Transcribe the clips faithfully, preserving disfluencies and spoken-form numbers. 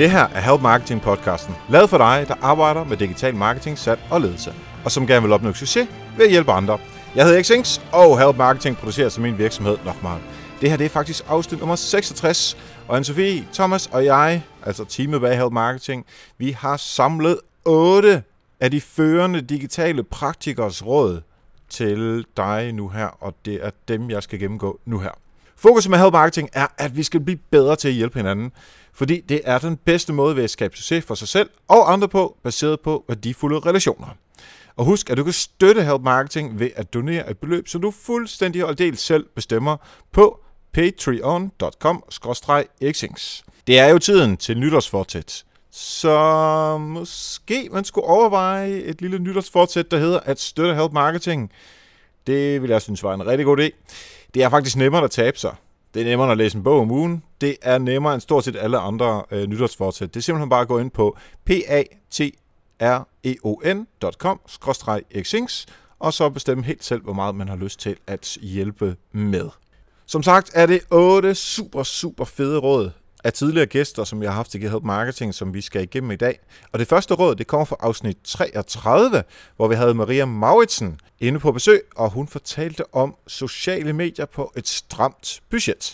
Det her er Help Marketing podcasten, lavet for dig, der arbejder med digital marketing, salg og ledelse, og som gerne vil opnå succes ved at hjælpe andre. Jeg hedder Xings, og Help Marketing producerer som min virksomhed nok meget. Det her det er faktisk afsnit nummer seksogtres, og Anne-Sophie, Thomas og jeg, altså teamet bag Help Marketing, vi har samlet otte af de førende digitale praktikers råd til dig nu her, og det er dem, jeg skal gennemgå nu her. Fokus med Help Marketing er, at vi skal blive bedre til at hjælpe hinanden, fordi det er den bedste måde ved at skabe succes for sig selv og andre på, baseret på værdifulde relationer. Og husk, at du kan støtte Help Marketing ved at donere et beløb, som du fuldstændig og aldeles selv bestemmer på patreon punktum com skråstreg xings. Det er jo tiden til nytårsfortsæt, så måske man skulle overveje et lille nytårsfortsæt, der hedder at støtte Help Marketing. Det vil jeg synes var en rigtig god idé. Det er faktisk nemmere at tabe sig. Det er nemmere at læse en bog om ugen. Det er nemmere end stort set alle andre øh, nytårsfortsæt. Det er simpelthen bare at gå ind på patreon punktum com skråstreg xings og så bestemme helt selv, hvor meget man har lyst til at hjælpe med. Som sagt er det otte super, super fede råd af tidligere gæster, som jeg har haft til Help Marketing, som vi skal igennem i dag. Og det første råd, det kommer fra afsnit treogtredive, hvor vi havde Maria Mauritsen inde på besøg, og hun fortalte om sociale medier på et stramt budget.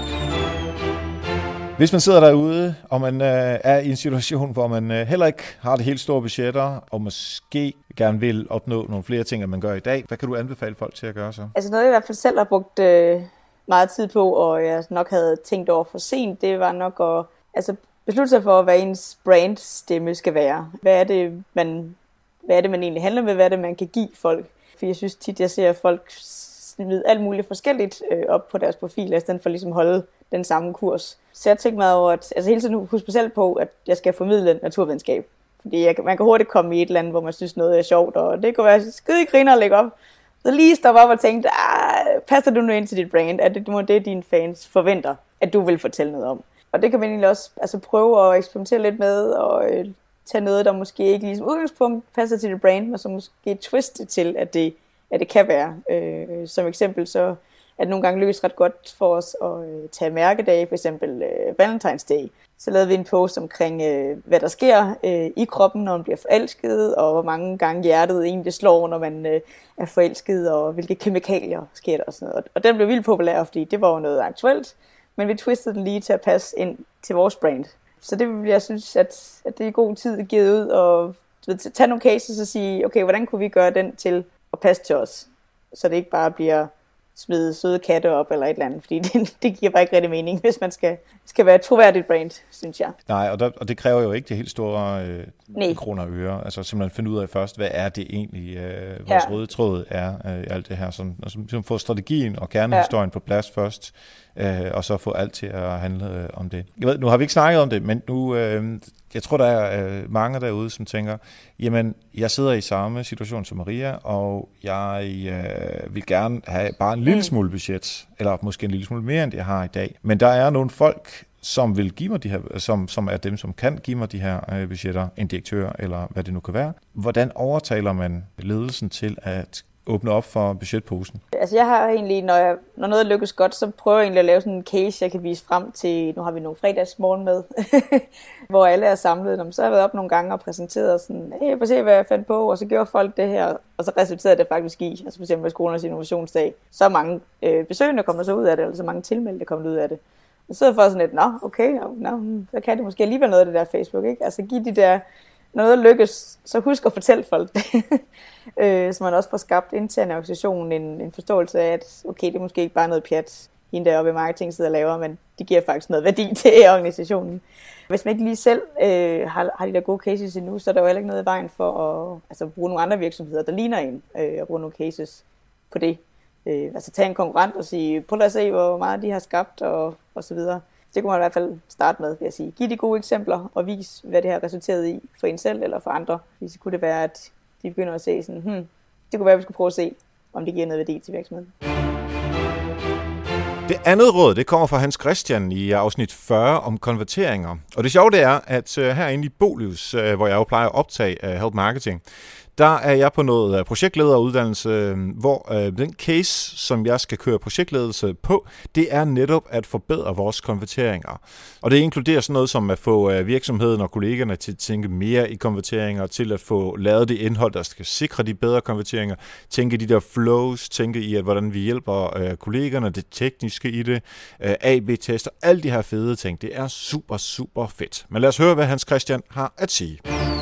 Hvis man sidder derude, og man øh, er i en situation, hvor man øh, heller ikke har det helt store budgetter, og måske gerne vil opnå nogle flere ting, end man gør i dag, hvad kan du anbefale folk til at gøre så? Altså noget, jeg i hvert fald selv har brugt øh, meget tid på, og jeg nok havde tænkt over for sent, det var nok at altså, beslutte sig for, hvad ens brandstemme skal være. Hvad er det, man, hvad er det, man egentlig handler med? Hvad er det, man kan give folk? For jeg synes tit, jeg ser folk smide alt muligt forskelligt øh, op på deres profil, i stedet for ligesom holde den samme kurs. Så jeg tænkte meget over, at altså hele tiden huske selv på, at jeg skal formidle naturvidenskab. Fordi jeg, man kan hurtigt komme i et eller andet, hvor man synes noget er sjovt, og det kan være skide griner at lægge op. Så lige stoppe op og tænke, passer du nu ind til dit brand? Er det det, dine fans forventer, at du vil fortælle noget om? Og det kan man egentlig også altså, prøve at eksperimentere lidt med, og øh, tage noget, der måske ikke ligesom udgangspunkt passer til dit brand, men så måske twiste til, at det, at det kan være. Øh, som eksempel så at det nogle gange lykkes ret godt for os at øh, tage mærkedage, for eksempel øh, Valentine's Day. Så lavede vi en post omkring, øh, hvad der sker øh, i kroppen, når man bliver forelsket, og hvor mange gange hjertet egentlig slår, når man øh, er forelsket, og hvilke kemikalier sker der og sådan noget. Og den blev vildt populær, fordi det var jo noget aktuelt, men vi twistede den lige til at passe ind til vores brand. Så det vil jeg synes, at, at det er god tid at give ud, og ved, tage nogle cases og sige, okay, hvordan kunne vi gøre den til at passe til os, så det ikke bare bliver smide søde katte op eller et eller andet, fordi det, det giver bare ikke rigtig mening, hvis man skal, skal være et troværdigt brand, synes jeg. Nej, og, der, og det kræver jo ikke det helt store øh, kroner og øre. Altså simpelthen finde ud af først, hvad er det egentlig, øh, vores ja. røde tråd er øh, i alt det her. Sådan, og så få strategien og kernehistorien ja. på plads først, øh, og så få alt til at handle øh, om det. Jeg ved, nu har vi ikke snakket om det, men nu, øh, jeg tror, der er øh, mange derude, som tænker, jamen, jeg sidder i samme situation som Maria, og jeg øh, vil gerne have bare en lille smule budget, eller måske en lille smule mere, end det jeg har i dag. Men der er nogle folk, som vil give mig de her, som, som er dem, som kan give mig de her øh, budgetter, en direktør, eller hvad det nu kan være. Hvordan overtaler man ledelsen til at åbne op for budgetposen? Altså jeg har egentlig, når, jeg, når noget lykkes godt, så prøver jeg egentlig at lave sådan en case, jeg kan vise frem til, nu har vi nogle fredagsmorgen med, hvor alle er samlet. Så har jeg været op nogle gange og præsenteret sådan, hey, jeg får se, hvad jeg fandt på, og så gjorde folk det her, og så resulterede det faktisk i, altså for eksempel med Skolernes Innovationsdag, så mange øh, besøgende kommer så ud af det, eller så mange tilmeldte kommer ud af det. Og så er jeg for sådan lidt, nå, okay, nå, så kan det måske alligevel noget af det der Facebook, ikke? Altså give de der, når noget lykkes, så husk at fortælle folk det. øh, så man også får skabt intern organisation en, en forståelse af, at okay, det er måske ikke bare noget pjat, hende deroppe i marketing sidder og laver, men det giver faktisk noget værdi til organisationen. Hvis man ikke lige selv øh, har, har de der gode cases endnu, så er der jo heller ikke noget i vejen for at altså, bruge nogle andre virksomheder, der ligner en, øh, og bruge nogle cases på det. Øh, altså tage en konkurrent og sige, prøv at se, hvor meget de har skabt, og, og så videre. Det kunne man i hvert fald starte med, vil jeg sige. Giv de gode eksempler, og vis, hvad det har resulteret i for en selv eller for andre. Så kunne det være, at de begynder at se sådan, hmm, det kunne være, at vi skulle prøve at se, om det giver noget værdi til virksomheden. Det andet råd, det kommer fra Hans Christian i afsnit fyrre om konverteringer. Og det sjove det er, at herinde i Bolivs, hvor jeg jo plejer at optage Help Marketing, der er jeg på noget projektlederuddannelse, hvor øh, den case, som jeg skal køre projektledelse på, det er netop at forbedre vores konverteringer. Og det inkluderer sådan noget som at få øh, virksomheden og kollegerne til at tænke mere i konverteringer, til at få lavet det indhold, der skal sikre de bedre konverteringer, tænke de der flows, tænke i, at hvordan vi hjælper øh, kollegerne, det tekniske i det, øh, A B-tester, alle de her fede ting. Det er super, super fedt. Men lad os høre, hvad Hans Christian har at sige.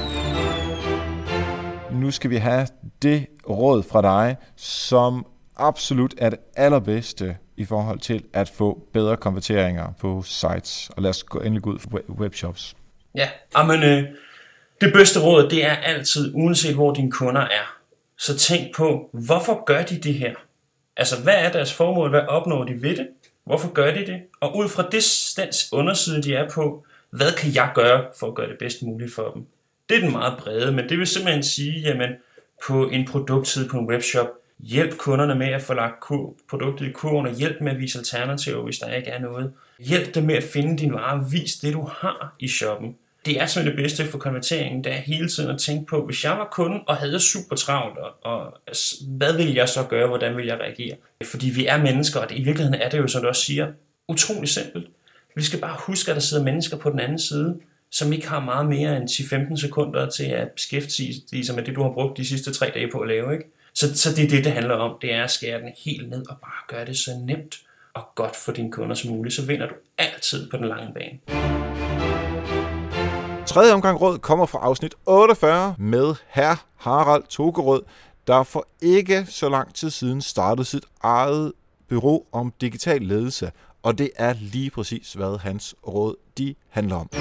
Nu skal vi have det råd fra dig, som absolut er det allerbedste i forhold til at få bedre konverteringer på sites. Og lad os gå endelig gå ud for webshops. Ja, men øh, det bedste råd, det er altid, uanset hvor dine kunder er. Så tænk på, hvorfor gør de det her? Altså, hvad er deres formål? Hvad opnår de ved det? Hvorfor gør de det? Og ud fra det, den underside, de er på, hvad kan jeg gøre for at gøre det bedst muligt for dem? Det er den meget brede, men det vil simpelthen sige, jamen på en produktside på en webshop, hjælp kunderne med at få lagt produktet i kurven, og hjælp med at vise alternativer, hvis der ikke er noget. Hjælp dem med at finde din vare, vis det du har i shoppen. Det er simpelthen det bedste for konverteringen, det er hele tiden at tænke på, hvis jeg var kunde og havde super travlt, og, og hvad vil jeg så gøre, hvordan vil jeg reagere? Fordi vi er mennesker, og det, i virkeligheden er det jo, som du også siger, utrolig simpelt. Vi skal bare huske, at der sidder mennesker på den anden side, som ikke har meget mere end ti til femten sekunder til at beskæftige sig med det, du har brugt de sidste tre dage på at lave. Ikke? Så, så det er det, det handler om. Det er at skære den helt ned og bare gøre det så nemt og godt for dine kunder som muligt. Så vinder du altid på den lange bane. Tredje omgang råd kommer fra afsnit otteogfyrre med herr Harald Tokerød, der for ikke så lang tid siden startede sit eget bureau om digital ledelse. Og det er lige præcis, hvad hans råd de handler om.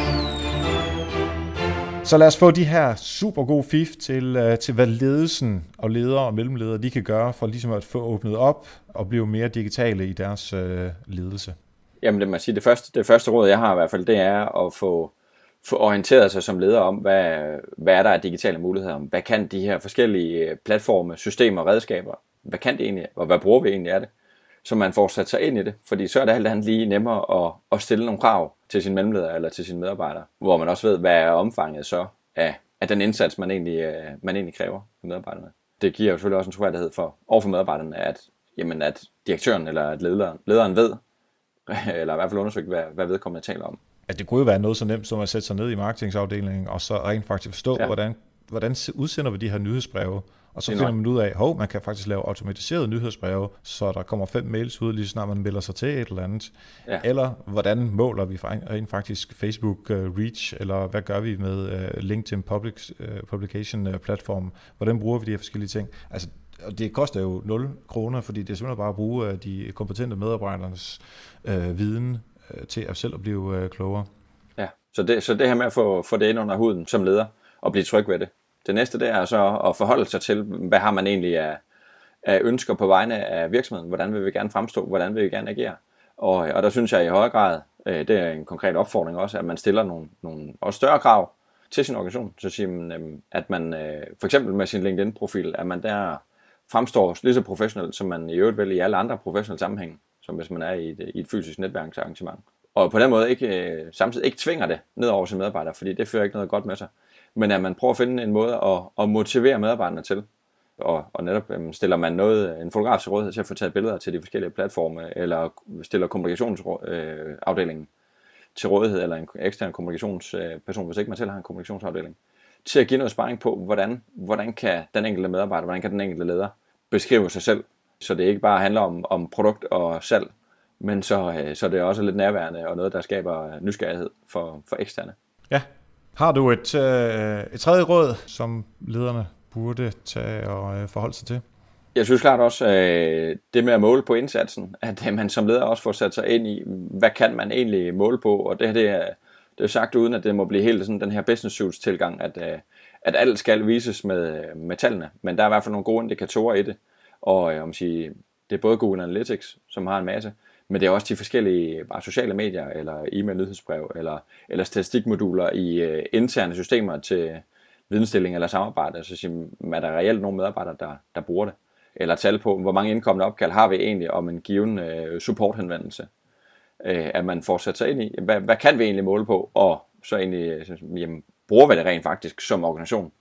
Så lad os få de her super gode fif til, til hvad ledelsen og ledere og mellemledere de kan gøre for ligesom at få åbnet op og blive mere digitale i deres øh, ledelse. Jamen det må sige, det første, det første råd jeg har i hvert fald, det er at få, få orienteret sig som leder om, hvad, hvad er der af digitale muligheder, hvad kan de her forskellige platforme, systemer og redskaber, hvad kan det egentlig, og hvad bruger vi egentlig af det? Så man får sat sig ind i det, fordi så er det alt andet lige nemmere at, at stille nogle krav til sin mellemleder eller til sine medarbejdere, hvor man også ved, hvad er omfanget så af, af den indsats, man egentlig, man egentlig kræver af medarbejderne. Det giver jo selvfølgelig også en troværdighed for overfor medarbejderne, at, jamen, at direktøren eller at lederen, lederen ved, eller i hvert fald undersøgt, hvad, hvad vedkommende taler om. At det kunne jo være noget så nemt som at sætte sig ned i marketingsafdelingen og så rent faktisk forstå, ja. hvordan, hvordan udsender vi de her nyhedsbreve. Og så finder man ud af, at man kan faktisk lave automatiserede nyhedsbreve, så der kommer fem mails ud, lige snart man melder sig til et eller andet. Ja. Eller hvordan måler vi rent faktisk Facebook uh, reach, eller hvad gør vi med uh, LinkedIn public, uh, publication uh, platform? Hvordan bruger vi de her forskellige ting? Altså, det koster jo nul kroner, fordi det er simpelthen bare at bruge uh, de kompetente medarbejdernes uh, viden uh, til at selv at blive uh, klogere. Ja, så det, så det her med at få, få det ind under huden som leder, og blive tryg ved det. Det næste, det er så at forholde sig til, hvad har man egentlig af, af ønsker på vegne af virksomheden, hvordan vil vi gerne fremstå, hvordan vil vi gerne agere. Og, og der synes jeg i højere grad, det er en konkret opfordring også, at man stiller nogle, nogle også større krav til sin organisation. Så siger man, at man for eksempel med sin LinkedIn-profil, at man der fremstår lige så professionelt, som man i øvrigt vel i alle andre professionelle sammenhænge, som hvis man er i et, i et fysisk netværksarrangement. Og på den måde ikke, samtidig ikke tvinger det ned over sine medarbejdere, fordi det fører ikke noget godt med sig. Men at man prøver at finde en måde at, at motivere medarbejderne til. Og, og netop stiller man noget, en fotograf til rådighed til at få taget billeder til de forskellige platforme, eller stiller kommunikationsafdelingen til rådighed, eller en ekstern kommunikationsperson, hvis ikke man selv har en kommunikationsafdeling, til at give noget sparring på, hvordan, hvordan kan den enkelte medarbejder, hvordan kan den enkelte leder beskrive sig selv, så det ikke bare handler om, om produkt og salg, men så, så det er også lidt nærværende og noget, der skaber nysgerrighed for, for eksterne. Ja. Har du et, øh, et tredje råd, som lederne burde tage og øh, forholde sig til? Jeg synes klart også, øh, det med at måle på indsatsen, at øh, man som leder også får sat sig ind i, hvad kan man egentlig måle på, og det her det er, det er sagt uden, at det må blive helt sådan den her business suits tilgang, at, øh, at alt skal vises med, med tallene, men der er i hvert fald nogle gode indikatorer i det, og øh, om sige, det er både Google Analytics, som har en masse, men det er også de forskellige bare sociale medier, eller e-mail nyhedsbrev, eller, eller statistikmoduler i øh, interne systemer til vidensdeling eller samarbejde. Så siger, er der reelt nogle medarbejdere, der, der bruger det? Eller tal på, hvor mange indkommende opkald har vi egentlig om en given øh, supporthenvendelse? Øh, at man får sat sig ind i, hvad, hvad kan vi egentlig måle på? Og så egentlig, jamen, bruger vi det rent faktisk som organisation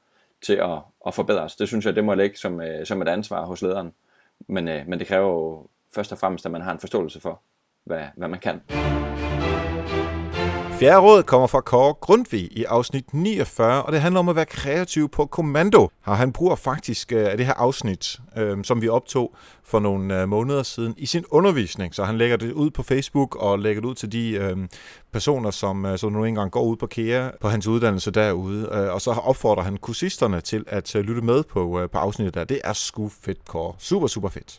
til at, at forbedres. Det synes jeg, det må ligge som, øh, som et ansvar hos lederen. Men, øh, men det kræver jo først og fremmest, at man har en forståelse for, hvad, hvad man kan. Fjerde råd kommer fra Kåre Grundtvig i afsnit niogfyrre, og det handler om at være kreativ på kommando. Og han bruger faktisk uh, det her afsnit, uh, som vi optog for nogle uh, måneder siden, i sin undervisning. Så han lægger det ud på Facebook og lægger det ud til de uh, personer, som, uh, som nu engang går ud på Kea på hans uddannelse derude. Uh, og så opfordrer han kursisterne til at uh, lytte med på, uh, på afsnittet der. Det er sgu fedt, Kåre. Super, super fedt.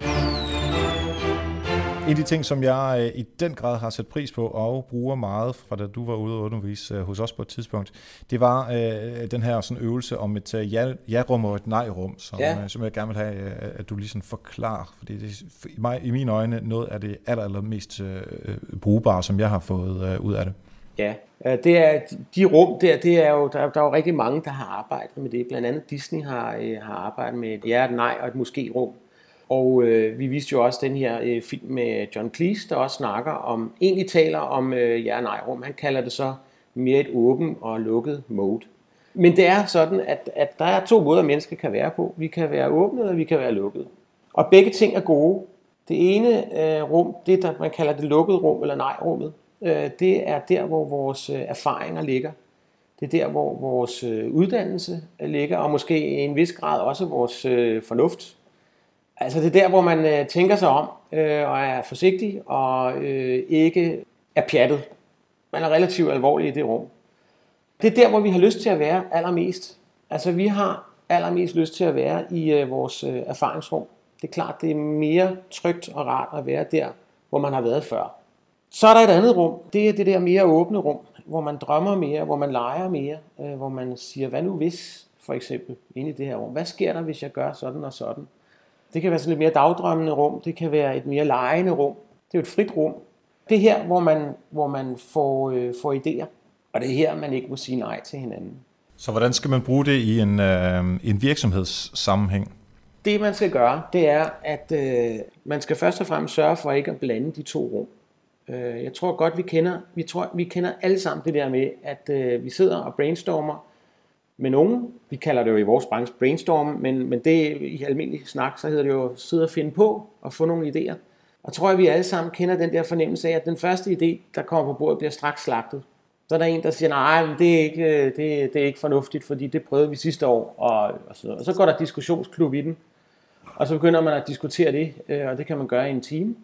En af de ting, som jeg øh, i den grad har sat pris på og bruger meget fra da du var ude og undervise øh, hos os på et tidspunkt, det var øh, den her sådan øvelse om et øh, ja, ja-rum og et nej-rum, som, ja. øh, som jeg gerne vil have, øh, at du lige sådan forklarer. Fordi det er i, mig, i mine øjne noget af det aller, aller mest øh, brugbare, som jeg har fået øh, ud af det. Ja, det er, de rum der, det er jo, der, der er jo rigtig mange, der har arbejdet med det. Blandt andet Disney har, øh, har arbejdet med et ja, et nej og et måske-rum. Og øh, vi viste jo også den her øh, film med John Cleese, der også snakker om, egentlig taler om øh, ja- og nej-rum. Han kalder det så mere et åben og lukket mode. Men det er sådan, at, at der er to måder, mennesker kan være på. Vi kan være åbne, og vi kan være lukkede. Og begge ting er gode. Det ene øh, rum, det der man kalder det lukkede rum, eller nej-rummet, øh, det er der, hvor vores øh, erfaringer ligger. Det er der, hvor vores øh, uddannelse ligger, og måske i en vis grad også vores øh, fornuft. Altså det er der, hvor man øh, tænker sig om øh, og er forsigtig og øh, ikke er pjattet. Man er relativt alvorlig i det rum. Det er der, hvor vi har lyst til at være allermest. Altså vi har allermest lyst til at være i øh, vores øh, erfaringsrum. Det er klart, det er mere trygt og rart at være der, hvor man har været før. Så er der et andet rum. Det er det der mere åbne rum, hvor man drømmer mere, hvor man leger mere, øh, hvor man siger, hvad nu hvis, for eksempel, inde i det her rum. Hvad sker der, hvis jeg gør sådan og sådan? Det kan være sådan et mere dagdrømmende rum, det kan være et mere legende rum. Det er jo et frit rum. Det er her, hvor man, hvor man får, øh, får idéer, og det er her, man ikke må sige nej til hinanden. Så hvordan skal man bruge det i en, øh, en virksomhedssammenhæng? Det man skal gøre, det er, at øh, man skal først og fremmest sørge for ikke at blande de to rum. Øh, jeg tror godt, vi kender, vi, tror, vi kender alle sammen det der med, at øh, vi sidder og brainstormer med nogen. Vi kalder det jo i vores branche brainstorm, men, men det i almindelig snak, så hedder det jo sidde og finde på og få nogle idéer. Og tror jeg, vi alle sammen kender den der fornemmelse af, at den første idé, der kommer på bordet, bliver straks slagtet. Så er der en, der siger, nej, men det er ikke, det, det er ikke fornuftigt, fordi det prøvede vi sidste år. Og, og, så, og så går der diskussionsklub i den, og så begynder man at diskutere det, og det kan man gøre i en time.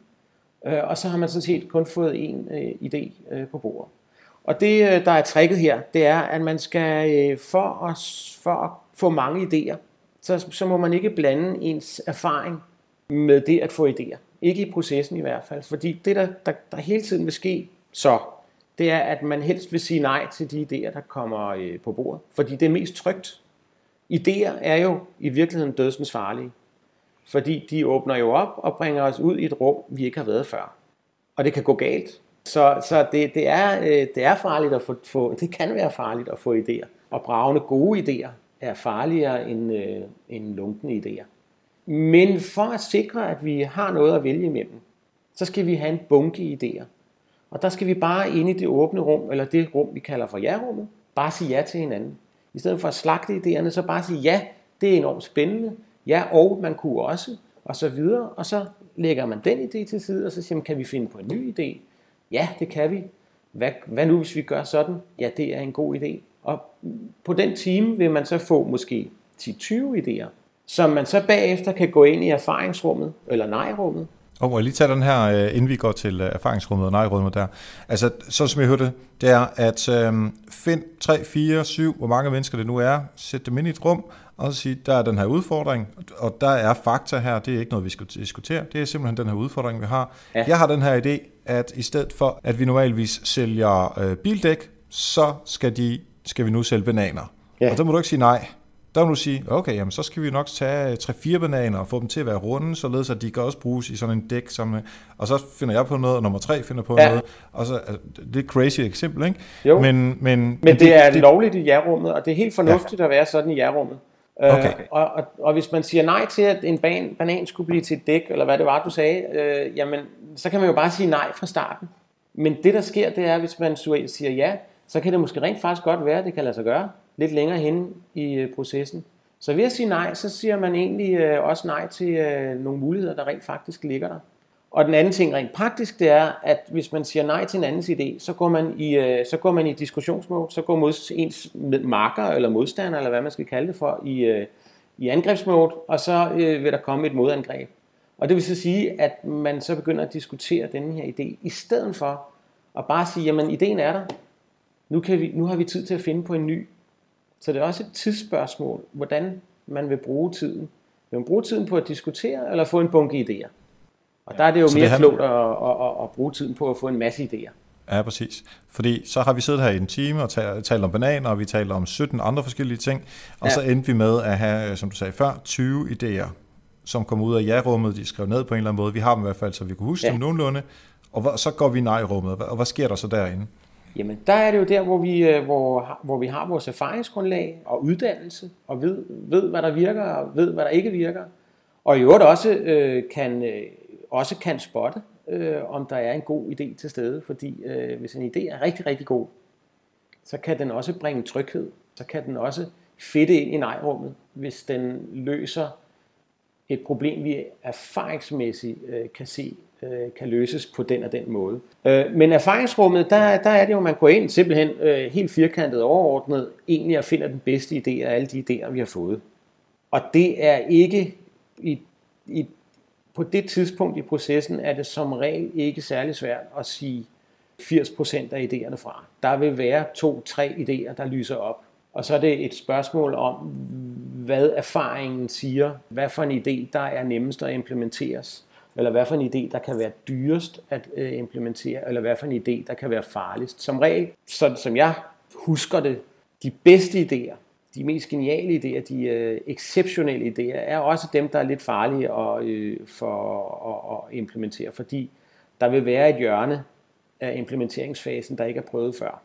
Og så har man sådan set kun fået en idé på bordet. Og det, der er tricket her, det er, at man skal, for at, for at få mange idéer, så, så må man ikke blande ens erfaring med det at få idéer. Ikke i processen i hvert fald. Fordi det, der, der, der hele tiden vil ske så, det er, at man helst vil sige nej til de idéer, der kommer på bordet. Fordi det er mest trygt. Idéer er jo i virkeligheden dødsens farlige. Fordi de åbner jo op og bringer os ud i et rum, vi ikke har været før. Og det kan gå galt. Så, så det, det, er, det er farligt at få, få, det kan være farligt at få idéer. Og bravende gode idéer er farligere end, øh, end lunkne idéer. Men for at sikre, at vi har noget at vælge imellem, så skal vi have en bunke idéer. Og der skal vi bare ind i det åbne rum, eller det rum, vi kalder for ja-rummet, bare sige ja til hinanden. I stedet for at slagte idéerne, så bare sige ja, det er enormt spændende. Ja, og man kunne også, og så videre. Og så lægger man den idé til side, og så siger man, kan vi finde på en ny idé? Ja, det kan vi. Hvad, hvad nu, hvis vi gør sådan? Ja, det er en god idé. Og på den time vil man så få måske ti til tyve idéer, som man så bagefter kan gå ind i erfaringsrummet, eller nej-rummet. Og må jeg lige tage den her, inden vi går til erfaringsrummet og nej-rummet der. Altså, sådan som jeg hørte, det er, at øhm, find tre, fire, syv, hvor mange mennesker det nu er, sæt dem ind i et rum, og så sige, der er den her udfordring, og der er fakta her, det er ikke noget, vi skal diskutere, det er simpelthen den her udfordring, vi har. Ja. Jeg har den her idé, at i stedet for, at vi normalvis sælger øh, bildæk, så skal, de, skal vi nu sælge bananer. Ja. Og der må du ikke sige nej. Der må du sige, okay, jamen, så skal vi nok tage tre fire bananer og få dem til at være runde, således at de kan også bruges i sådan en dæk. Sammen. Og så finder jeg på noget, og nummer tre finder på ja. noget. Og så, altså, det er et crazy eksempel, ikke? Jo, men, men, men det, det er det, lovligt i ja-rummet, og det er helt fornuftigt ja. at være sådan i ja-rummet. Okay. Øh, og, og, og hvis man siger nej til, at en ban, banan skulle blive til et dæk, eller hvad det var, du sagde, øh, jamen, så kan man jo bare sige nej fra starten. Men det, der sker, det er, hvis man siger ja, så kan det måske rent faktisk godt være, at det kan lade sig gøre lidt længere hen i processen. Så ved at sige nej, så siger man egentlig øh, også nej til øh, nogle muligheder, der rent faktisk ligger der. Og den anden ting rent praktisk, det er, at hvis man siger nej til en andens idé, så går man i, øh, så går man i diskussionsmode, så går mod ens marker eller modstander, eller hvad man skal kalde det for, i, øh, i angrebsmode, og så øh, vil der komme et modangreb. Og det vil så sige, at man så begynder at diskutere denne her idé, i stedet for at bare sige, jamen ideen er der, nu, kan vi, nu har vi tid til at finde på en ny. Så det er også et tidsspørgsmål, hvordan man vil bruge tiden. Vil man bruge tiden på at diskutere, eller få en bunke idéer? Og der er det jo så mere det klogt at, at, at, at bruge tiden på at få en masse idéer. Ja, præcis. Fordi så har vi siddet her i en time og talt, talt om bananer, og vi taler om sytten andre forskellige ting, og ja. Så endte vi med at have, som du sagde før, tyve idéer, som kom ud af ja-rummet, de skrev ned på en eller anden måde. Vi har dem i hvert fald, så vi kunne huske ja. dem nogenlunde. Og så går vi nej-rummet, og hvad sker der så derinde? Jamen, der er det jo der, hvor vi, hvor, hvor vi har vores erfaringsgrundlag og uddannelse, og ved, ved, hvad der virker, og ved, hvad der ikke virker. Og i øvrigt også, øh, kan, øh, også kan spotte, øh, om der er en god idé til stede. Fordi øh, hvis en idé er rigtig, rigtig god, så kan den også bringe tryghed. Så kan den også fedte ind i nej-rummet, hvis den løser et problem, vi erfaringsmæssigt øh, kan se, kan løses på den og den måde. Men erfaringsrummet, der, der er det jo, man går ind simpelthen helt firkantet overordnet, egentlig at finde den bedste idé af alle de idéer, vi har fået. Og det er ikke, i, i, på det tidspunkt i processen, er det som regel ikke særlig svært at sige firs procent af idéerne fra. Der vil være to, tre idéer, der lyser op. Og så er det et spørgsmål om, hvad erfaringen siger, hvad for en idé, der er nemmest at implementeres, eller hvad for en idé, der kan være dyrest at øh, implementere, eller hvad for en idé, der kan være farligst. Som regel, sådan som jeg husker det, de bedste idéer, de mest geniale idéer, de øh, exceptionelle idéer, er også dem, der er lidt farlige at, øh, for at, at implementere, fordi der vil være et hjørne af implementeringsfasen, der ikke er prøvet før.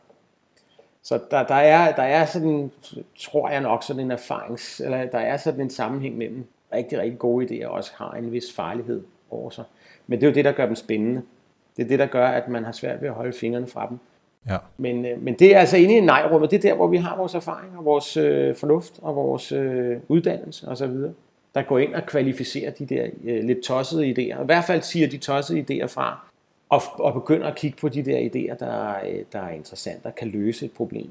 Så der, der, er, der er sådan, tror jeg nok, sådan en erfarings, eller der er sådan en sammenhæng mellem rigtig, rigtig gode idéer, og også har en vis farlighed over sig. Men det er jo det, der gør dem spændende. Det er det, der gør, at man har svært ved at holde fingrene fra dem. Ja. Men, men det er altså inde i nej-rummet. Det er der, hvor vi har vores erfaring, og vores øh, fornuft, og vores øh, uddannelse osv., der går ind og kvalificerer de der øh, lidt tossede idéer. I hvert fald siger de tossede idéer fra, og, og begynder at kigge på de der idéer, der, øh, der er interessante og kan løse et problem.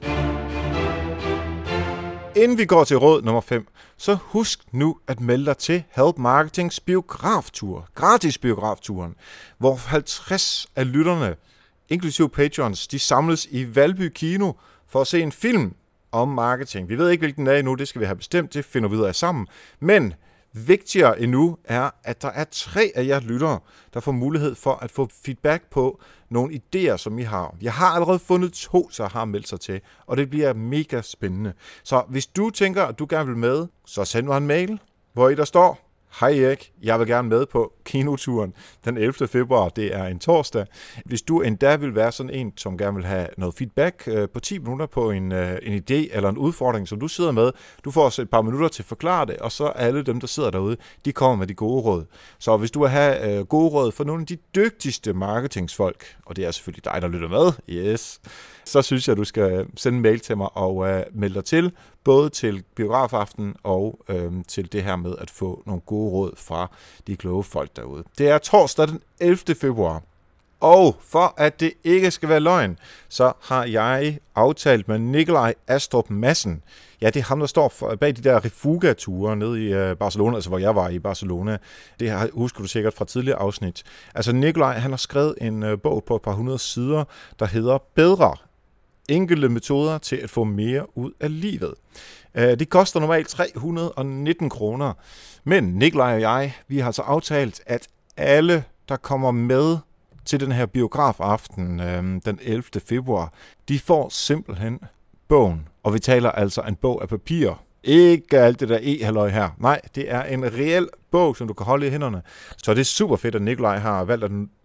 Inden vi går til råd nummer fem, så husk nu at melde dig til Help Marketings biograftur, gratis biografturen, hvor halvtreds af lytterne, inklusive Patreons, de samles i Valby Kino for at se en film om marketing. Vi ved ikke, hvilken dag endnu, det skal vi have bestemt, det finder vi ud af sammen. Men vigtigere endnu er, at der er tre af jer lyttere, der får mulighed for at få feedback på nogle idéer, som I har. Jeg har allerede fundet to, så har meldt sig til, og det bliver mega spændende. Så hvis du tænker, at du gerne vil med, så send mig en mail, hvor I der står: Hej Erik, jeg vil gerne med på kinoturen den ellevte februar, det er en torsdag. Hvis du endda vil være sådan en, som gerne vil have noget feedback øh, på ti minutter på en, øh, en idé eller en udfordring, som du sidder med, du får også et par minutter til at forklare det, og så alle dem, der sidder derude, de kommer med de gode råd. Så hvis du vil have øh, gode råd for nogle af de dygtigste marketingsfolk, og det er selvfølgelig dig, der lytter med, yes, så synes jeg, du skal sende en mail til mig og øh, melde dig til, både til biografaften og øh, til det her med at få nogle gode råd fra de kloge folk derude. Det er torsdag den ellevte februar, og for at det ikke skal være løgn, så har jeg aftalt med Nikolaj Astrup Madsen. Ja, det er ham, der står for, bag de der Refuga-ture nede i øh, Barcelona, altså hvor jeg var i Barcelona. Det her husker du sikkert fra tidligere afsnit. Altså Nikolaj, han har skrevet en øh, bog på et par hundrede sider, der hedder Bedre. Enkelte metoder til at få mere ud af livet. Det koster normalt tre hundrede og nitten kroner, men Nikolaj og jeg, vi har altså aftalt, at alle, der kommer med til den her biografaften den ellevte februar, de får simpelthen bogen. Og vi taler altså en bog af papir. Ikke alt det der e-halløj her. Nej, det er en reel bog, som du kan holde i hænderne. Så det er super fedt, at Nikolaj har valgt at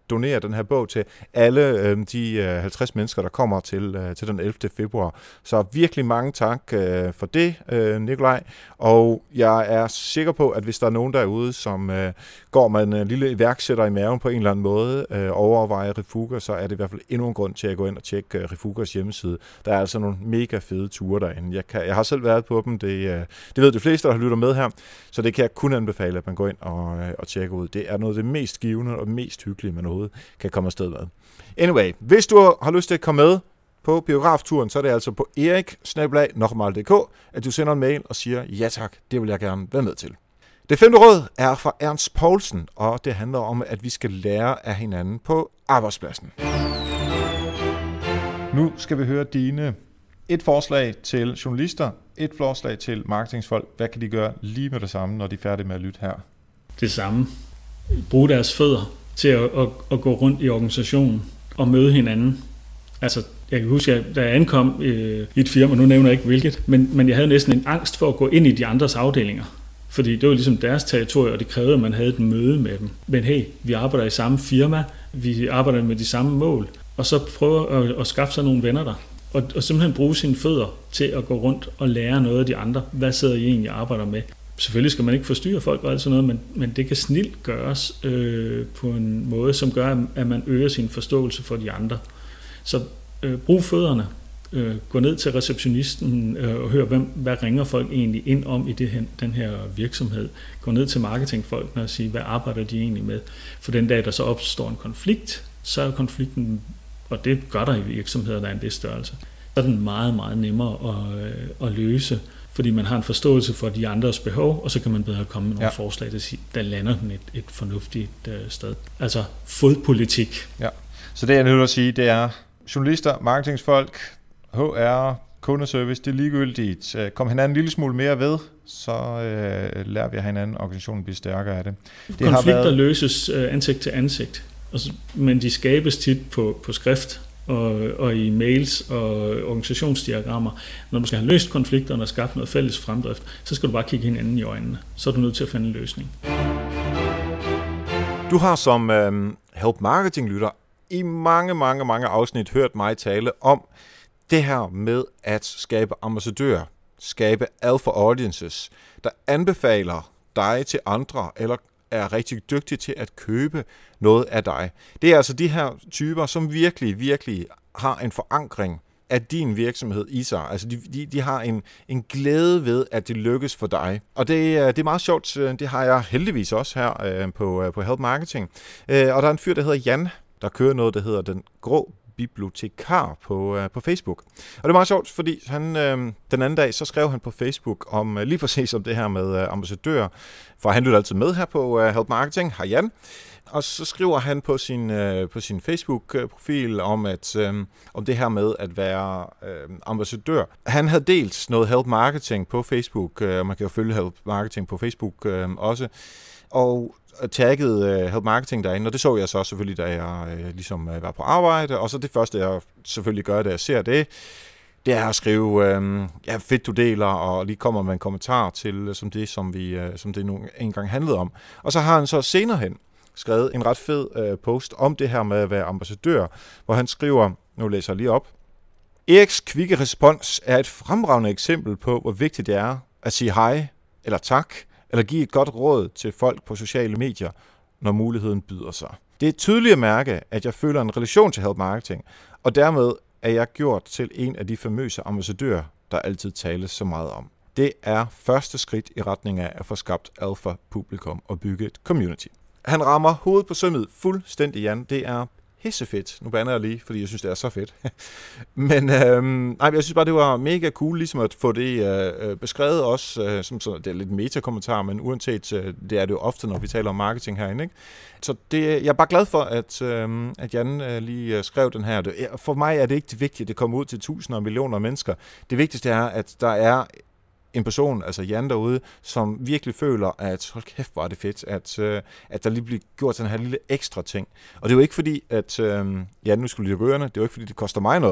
donere den her bog til alle øh, de øh, halvtreds mennesker, der kommer til, øh, til den ellevte februar. Så virkelig mange tak øh, for det, øh, Nikolaj. Og jeg er sikker på, at hvis der er nogen derude, som øh, går med en øh, lille iværksætter i maven på en eller anden måde, øh, overvejer Refuga, så er det i hvert fald endnu en grund til at gå ind og tjekke øh, Refugas hjemmeside. Der er altså nogle mega fede ture derinde. Jeg, kan, jeg har selv været på dem, det, øh, det ved de fleste, der lytter med her, så det kan jeg kun anbefale, at man går ind og, øh, og tjekker ud. Det er noget af det mest givende og mest hyggelige, man overhovedet kan komme afsted med. Anyway, hvis du har lyst til at komme med på biografturen, så er det altså på erik snabel-a nokmal punktum d k, at du sender en mail og siger, ja tak, det vil jeg gerne være med til. Det femte råd er fra Ernst Poulsen, og det handler om, at vi skal lære af hinanden på arbejdspladsen. Nu skal vi høre dine et forslag til journalister, et forslag til marketingsfolk. Hvad kan de gøre lige med det samme, når de er færdige med at lytte her? Det samme. Brug deres fødder til at, at, at gå rundt i organisationen og møde hinanden. Altså, jeg kan huske, at da jeg ankom øh, i et firma, nu nævner jeg ikke hvilket, men, men jeg havde næsten en angst for at gå ind i de andres afdelinger. Fordi det var ligesom deres territorie, og det krævede, at man havde et møde med dem. Men hey, vi arbejder i samme firma, vi arbejder med de samme mål, og så prøve at, at skaffe sig nogle venner der. Og, og simpelthen bruge sine fødder til at gå rundt og lære noget af de andre. Hvad sidder I egentlig og arbejder med? Selvfølgelig skal man ikke forstyrre folk og alt sådan noget, men, men det kan snilt gøres øh, på en måde, som gør, at man øger sin forståelse for de andre. Så øh, brug fødderne. Øh, gå ned til receptionisten øh, og hør, hvem, hvad ringer folk egentlig ind om i det her, den her virksomhed. Gå ned til marketingfolkene og sige, hvad arbejder de egentlig med? For den dag, der så opstår en konflikt, så er konflikten, og det gør der i virksomheder, der er en vis størrelse, så er den meget, meget nemmere at, øh, at løse, fordi man har en forståelse for de andres behov, og så kan man bedre komme med nogle ja. forslag, der, siger, der lander den et, et fornuftigt øh, sted. Altså fodpolitik. Ja. Så det jeg nødt til at sige, det er journalister, marketingsfolk, H R, kundeservice, det er ligegyldigt. Kom hinanden en lille smule mere ved, så øh, lærer vi af hinanden, og organisationen bliver stærkere af det. det Konflikter har været... løses øh, ansigt til ansigt, altså, men de skabes tit på, på skrift og, og i mails og organisationsdiagrammer. Når du skal have løst konflikterne og skabt noget fælles fremdrift, så skal du bare kigge hinanden i øjnene. Så er du nødt til at finde en løsning. Du har som øh, Help Marketing-lytter i mange, mange, mange afsnit hørt mig tale om det her med at skabe ambassadører, skabe alpha audiences, der anbefaler dig til andre, eller er rigtig dygtige til at købe noget af dig. Det er altså de her typer, som virkelig, virkelig har en forankring af din virksomhed i sig. Altså de, de, de har en, en glæde ved, at det lykkes for dig. Og det, det er meget sjovt, det har jeg heldigvis også her øh, på, på Help Marketing. Øh, og der er en fyr, der hedder Jan, der kører noget, der hedder Den Grå Bibliotekar på, øh, på Facebook. Og det er meget sjovt, fordi han, øh, den anden dag, så skrev han på Facebook om øh, lige præcis om det her med øh, ambassadører, for han lytter altid med her på øh, Help Marketing. Hej Jan. Og så skriver han på sin, øh, på sin Facebook-profil om, at, øh, om det her med at være øh, ambassadør. Han havde delt noget Help Marketing på Facebook, øh, og man kan jo følge Help Marketing på Facebook øh, også, og tagget uh, Help Marketing derinde, og det så jeg så selvfølgelig, da jeg uh, ligesom uh, var på arbejde, og så det første, jeg selvfølgelig gør, da jeg ser det, det er at skrive, uh, ja, fedt du deler, og lige kommer med en kommentar til, uh, som det, som, vi, uh, som det nu engang handlede om. Og så har han så senere hen skrevet en ret fed uh, post om det her med at være ambassadør, hvor han skriver, nu læser jeg lige op, Eriks kvikke respons er et fremragende eksempel på, hvor vigtigt det er at sige hej, eller tak, eller give et godt råd til folk på sociale medier, når muligheden byder sig. Det er tydeligt at mærke, at jeg føler en relation til Help Marketing, og dermed er jeg gjort til en af de famøse ambassadører, der altid tales så meget om. Det er første skridt i retning af at få skabt alfa-publikum og bygge et community. Han rammer hovedet på sømmet fuldstændig, Jan. Det er pissefedt. Nu bander jeg lige, fordi jeg synes, det er så fedt. Men øhm, nej, jeg synes bare, det var mega cool, ligesom at få det øh, beskrevet også, øh, som så, det er lidt meta-kommentar, men uanset, øh, det er det jo ofte, når vi taler om marketing herinde, ikke? Så det, jeg er bare glad for, at, øh, at Jan øh, lige øh, skrev den her. For mig er det ikke det vigtige, at det kommer ud til tusinder og millioner af mennesker. Det vigtigste er, at der er en person, altså Jan derude, som virkelig føler, at hold kæft, hvor er det fedt, at, øh, at der lige bliver gjort sådan her lille ekstra ting. Og det er jo ikke fordi, at øh, Jan nu skulle lide rørende, det er jo ikke fordi, det koster mig noget.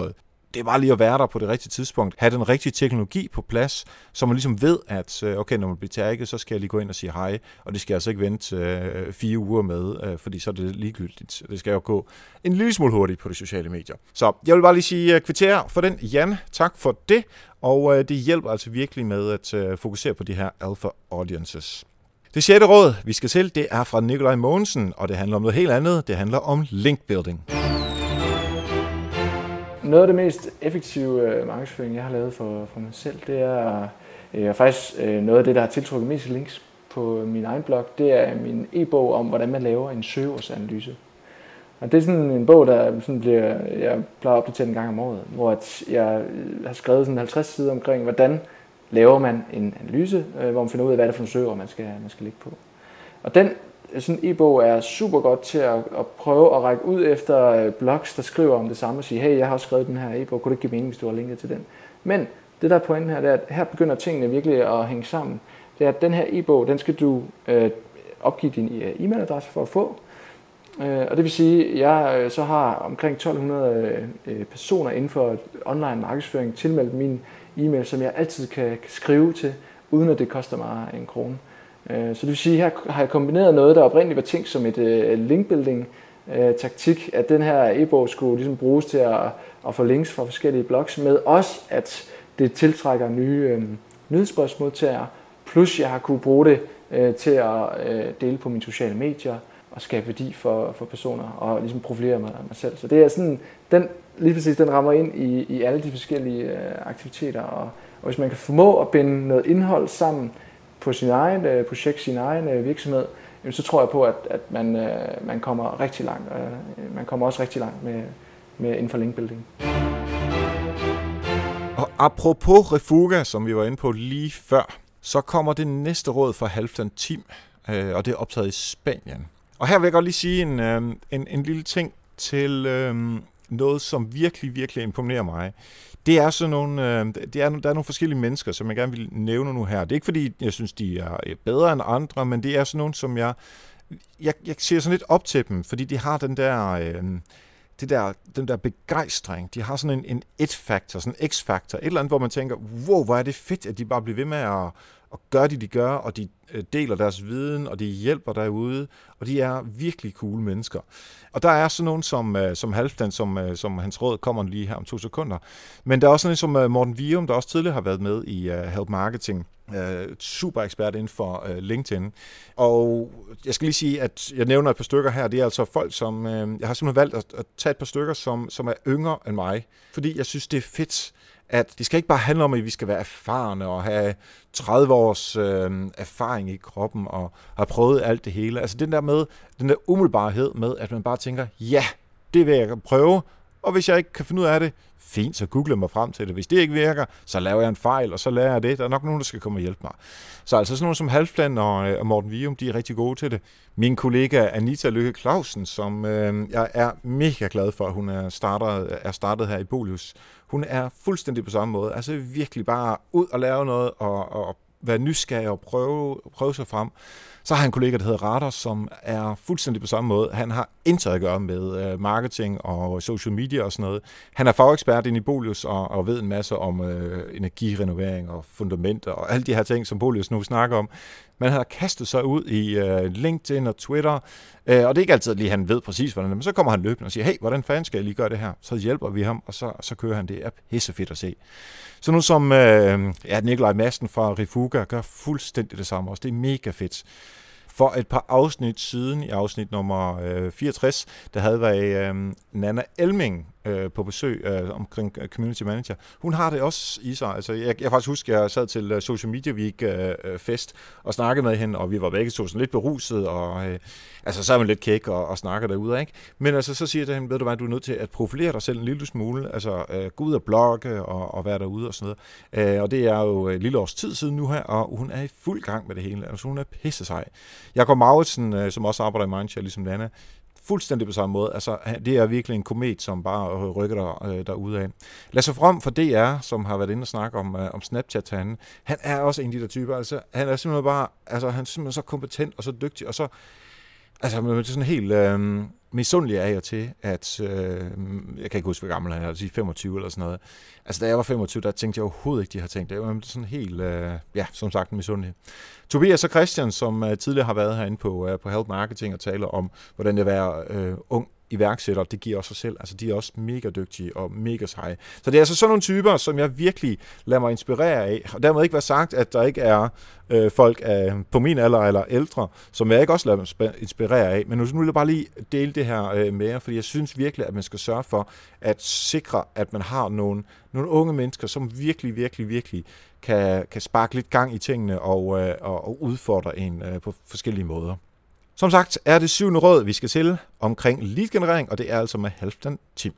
det er bare lige at være der på det rigtige tidspunkt. Have den rigtige teknologi på plads, så man ligesom ved, at okay, når man bliver tagget, så skal jeg lige gå ind og sige hej, og det skal jeg altså ikke vente øh, fire uger med, øh, fordi så er det ligegyldigt. Det skal jo gå en lille smule hurtigt på de sociale medier. Så jeg vil bare lige sige uh, kvitter for den, Jan. Tak for det, og uh, det hjælper altså virkelig med at uh, fokusere på de her alpha audiences. Det sjette råd, vi skal til, det er fra Nikolaj Mogensen, og det handler om noget helt andet. Det handler om link building. Noget af det mest effektive markedsføring, jeg har lavet for, for mig selv, det er øh, faktisk øh, noget af det, der har tiltrukket mest links på min egen blog. Det er min e-bog om, hvordan man laver en søgeordsanalyse. Og det er sådan en bog, der sådan bliver, jeg plejer at opdatere en gang om året, hvor jeg har skrevet sådan halvtreds sider omkring, hvordan laver man en analyse, øh, hvor man finder ud af, hvad det er for en søgeord, man skal, man skal ligge på. Og den sådan en e-bog er super godt til at, at prøve at række ud efter blogs, der skriver om det samme og sige, hey, jeg har også skrevet den her e-bog, kunne det ikke give mening, hvis du har linket til den? Men det der er pointen her, det er, at her begynder tingene virkelig at hænge sammen. Det er, at den her e-bog, den skal du øh, opgive din e-mailadresse for at få. Øh, og det vil sige, at jeg så har omkring tolv hundrede øh, personer inden for online markedsføring tilmeldt min e-mail, som jeg altid kan, kan skrive til, uden at det koster mig en krone. Så det vil sige, at her har jeg kombineret noget, der oprindeligt var tænkt som et uh, linkbuilding-taktik, at den her e-bog skulle ligesom bruges til at, at få links fra forskellige blogs, med også at det tiltrækker nye uh, nyhedsbrevsmodtagere, plus jeg har kunne bruge det uh, til at uh, dele på mine sociale medier og skabe værdi for, for personer og ligesom profilere mig, mig selv. Så det er sådan, den, lige præcis, den rammer ind i, i alle de forskellige uh, aktiviteter, og, og hvis man kan formå at binde noget indhold sammen på sin egen øh, projekt, sin egen øh, virksomhed, jamen, så tror jeg på, at, at man, øh, man kommer rigtig langt. Øh, man kommer også rigtig langt med, med inden for linkbuilding. Og apropos Refuga, som vi var inde på lige før, så kommer det næste råd fra Halfdan Team, øh, og det er optaget i Spanien. Og her vil jeg godt lige sige en, øh, en, en lille ting til øh, noget, som virkelig, virkelig imponerer mig. Det er sådan nogle, øh, det er, der er nogle forskellige mennesker, som jeg gerne vil nævne nu her. Det er ikke fordi, jeg synes, de er bedre end andre, men det er sådan nogle, som jeg, jeg, jeg ser sådan lidt op til dem, fordi de har den der, øh, det der, den der begejstring. De har sådan en, en it-faktor, sådan en x-faktor, et eller andet, hvor man tænker, wow, hvor er det fedt, at de bare bliver ved med at, at gøre det, de gør, og de deler deres viden, og de hjælper derude, og de er virkelig cool mennesker. Og der er sådan nogen som, som Halfdan, som, som hans råd kommer lige her om to sekunder. Men der er også sådan en som Morten Vium, der også tidligere har været med i uh, Help Marketing. Uh, super ekspert inden for uh, LinkedIn. Og jeg skal lige sige, at jeg nævner et par stykker her. Det er altså folk, som... Uh, jeg har simpelthen valgt at, at tage et par stykker, som, som er yngre end mig. Fordi jeg synes, det er fedt, at det skal ikke bare handle om, at vi skal være erfarne og have tredive års øh, erfaring i kroppen og have prøvet alt det hele. Altså den der med, den der umiddelbarhed med, at man bare tænker, ja, det vil jeg prøve, og hvis jeg ikke kan finde ud af det, fint, så googler jeg mig frem til det. Hvis det ikke virker, så laver jeg en fejl, og så lærer jeg det. Der er nok nogen, der skal komme og hjælpe mig. Så altså sådan nogen som Halfdan og, og Morten Vium, de er rigtig gode til det. Min kollega Anita Lykke Clausen, som øh, jeg er mega glad for, hun er startet, er startet her i Bolius. Hun er fuldstændig på samme måde. Altså virkelig bare ud og lave noget, og, og være nysgerrig og prøve, prøve sig frem. Så har han en kollega, der hedder Radar, som er fuldstændig på samme måde. Han har intet at gøre med uh, marketing og social media og sådan noget. Han er fagekspert inde i Bolius og, og ved en masse om uh, energirenovering og fundamenter og alle de her ting, som Bolius nu snakker om. Man har kastet sig ud i uh, LinkedIn og Twitter, uh, og det er ikke altid lige, han ved præcis, hvordan det er, men så kommer han løbende og siger, hey, hvordan fanden skal jeg lige gøre det her? Så hjælper vi ham, og så, så kører han. Det er pissefedt at se. Så nu som uh, ja, Nikolaj Madsen fra Refuga gør fuldstændig det samme også. Det er mega fedt. For et par afsnit siden, i afsnit nummer øh, fireogtres, der havde været øh, Nana Elming øh, på besøg øh, omkring Community Manager. Hun har det også i sig. Altså, jeg, jeg faktisk husker, at jeg sad til uh, Social Media Week øh, fest og snakkede med hende, og vi var begge to sådan lidt beruset, og øh, altså, så er man lidt kæk og, og snakker derude, ikke? Men altså, så siger jeg til hende, ved du hvad, du er nødt til at profilere dig selv en lille smule, altså øh, gå ud og blogge og, og være derude og sådan noget. Øh, og det er jo et lille års tid siden nu her, og hun er i fuld gang med det hele. Altså, hun er pisse sej. Jakob Mauritsen, som også arbejder i Mindshare, ligesom Nana, fuldstændig på samme måde. Altså, det er virkelig en komet, som bare rykker der, derude af. Lasse From fra D R, som har været inde og snakke om, om Snapchat han, han er også en af de der typer. Altså, han er simpelthen bare, altså, han er simpelthen så kompetent og så dygtig, og så, altså, med sådan helt, øh, misundelig af jer til, at, øh, jeg kan ikke huske, hvor gammel han er, altså femogtyve eller sådan noget. Altså, da jeg var femogtyve, der tænkte jeg overhovedet ikke, de har tænkt. Det var sådan helt, øh, ja, som sagt, misundelig. Tobias og Christian, som øh, tidligere har været herinde på, øh, på Help Marketing og taler om, hvordan det er at være øh, ung iværksætter, det giver også sig selv. Altså, de er også mega dygtige og mega seje. Så det er altså sådan nogle typer, som jeg virkelig lader mig inspirere af. Og dermed ikke være sagt, at der ikke er øh, folk af, på min alder eller ældre, som jeg ikke også lader mig inspirere af. Men nu, nu vil jeg bare lige dele det her øh, med jer, fordi jeg synes virkelig, at man skal sørge for at sikre, at man har nogle, nogle unge mennesker, som virkelig, virkelig, virkelig kan, kan sparke lidt gang i tingene og, øh, og, og udfordre en øh, på forskellige måder. Som sagt er det syvende råd, vi skal til omkring lead-generering, og det er altså med Halfdan Tim.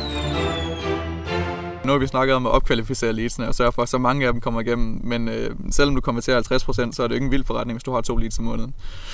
Nu har vi snakket om at opkvalificere leadsene og sørge for, at så mange af dem kommer igennem, men øh, selvom du konverterer halvtreds procent, så er det jo ikke en vild forretning, hvis du har to leads om måneden.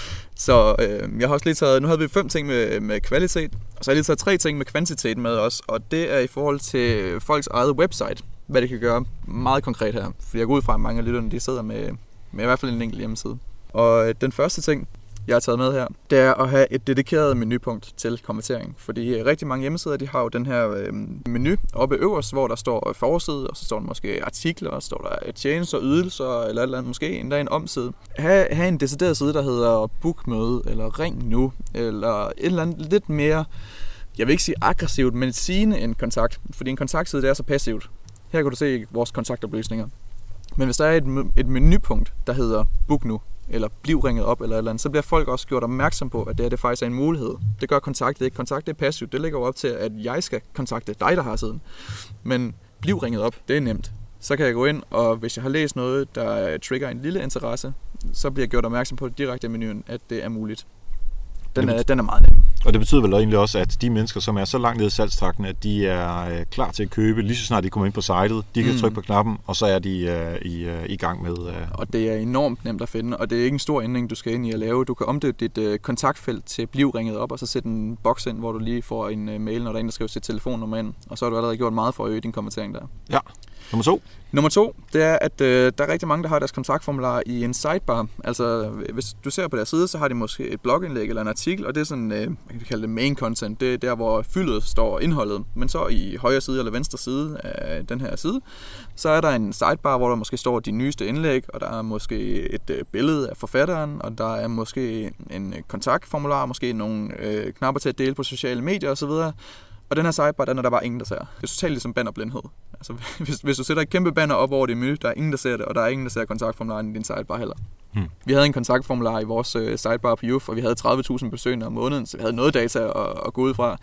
Så øh, jeg har også lige taget, nu havde vi fem ting med, med kvalitet, og så har jeg lige taget tre ting med kvantitet med os, og det er i forhold til folks eget website, hvad det kan gøre meget konkret her. Fordi jeg går ud fra, at mange af lytterne, de sidder med, med i hvert fald en enkelt hjemmeside. Og øh, den første ting, jeg har taget med her, det er at have et dedikeret menupunkt til konvertering. Fordi rigtig mange hjemmesider, de har jo den her øh, menu oppe øverst, hvor der står forside, og så står der måske artikler, og så står der tjenester, ydelser, eller et eller andet, måske endda en omside. Ha, have en decideret side, der hedder bookmøde, eller ring nu, eller et eller andet lidt mere, jeg vil ikke sige aggressivt, men sigende en kontakt. Fordi en kontaktside, det er så passivt. Her kan du se vores kontaktoplysninger. Men hvis der er et, et menupunkt, der hedder book nu, eller bliv ringet op, eller et eller andet, så bliver folk også gjort opmærksom på, at det, her, det faktisk er en mulighed. Det gør kontaktet ikke. Kontakt er passivt. Det ligger jo op til, at jeg skal kontakte dig, der har siden. Men bliv ringet op, det er nemt. Så kan jeg gå ind, og hvis jeg har læst noget, der trigger en lille interesse, så bliver jeg gjort opmærksom på det direkte i menuen, at det er muligt. Den er, den er meget nem. Og det betyder vel egentlig også, at de mennesker, som er så langt nede i salgstrakten, at de er øh, klar til at købe, lige så snart de kommer ind på sitet, de kan mm. trykke på knappen, og så er de øh, i, øh, i gang med... Øh... Og det er enormt nemt at finde, og det er ikke en stor ændring, du skal ind i at lave. Du kan omdøbe dit øh, kontaktfelt til bliv ringet op, og så sætte en boks ind, hvor du lige får en øh, mail, når der er en, der skriver sit telefonnummer ind, og så har du allerede gjort meget for at øge din konvertering der. Ja. Nummer to. Nummer to, det er, at øh, der er rigtig mange, der har deres kontaktformular i en sidebar. Altså, hvis du ser på deres side, så har de måske et blogindlæg eller en artikel, og det er sådan, øh, man kan kalde det main content. Det er der, hvor fyldet står indholdet. Men så i højre side eller venstre side af den her side, så er der en sidebar, hvor der måske står de nyeste indlæg, og der er måske et øh, billede af forfatteren, og der er måske en kontaktformular, måske nogle øh, knapper til at dele på sociale medier osv. Og den her sidebar, den er der bare ingen, der ser. Det er totalt ligesom bannerblindhed. Altså, hvis, hvis du sætter et kæmpe banner op over dit menu, der er ingen, der ser det, og der er ingen, der ser kontaktformularen i din sidebar heller. Hmm. Vi havde en kontaktformular i vores uh, sidebar på Youth, og vi havde tredive tusind besøgende om måneden, så vi havde noget data at, at gå ud fra.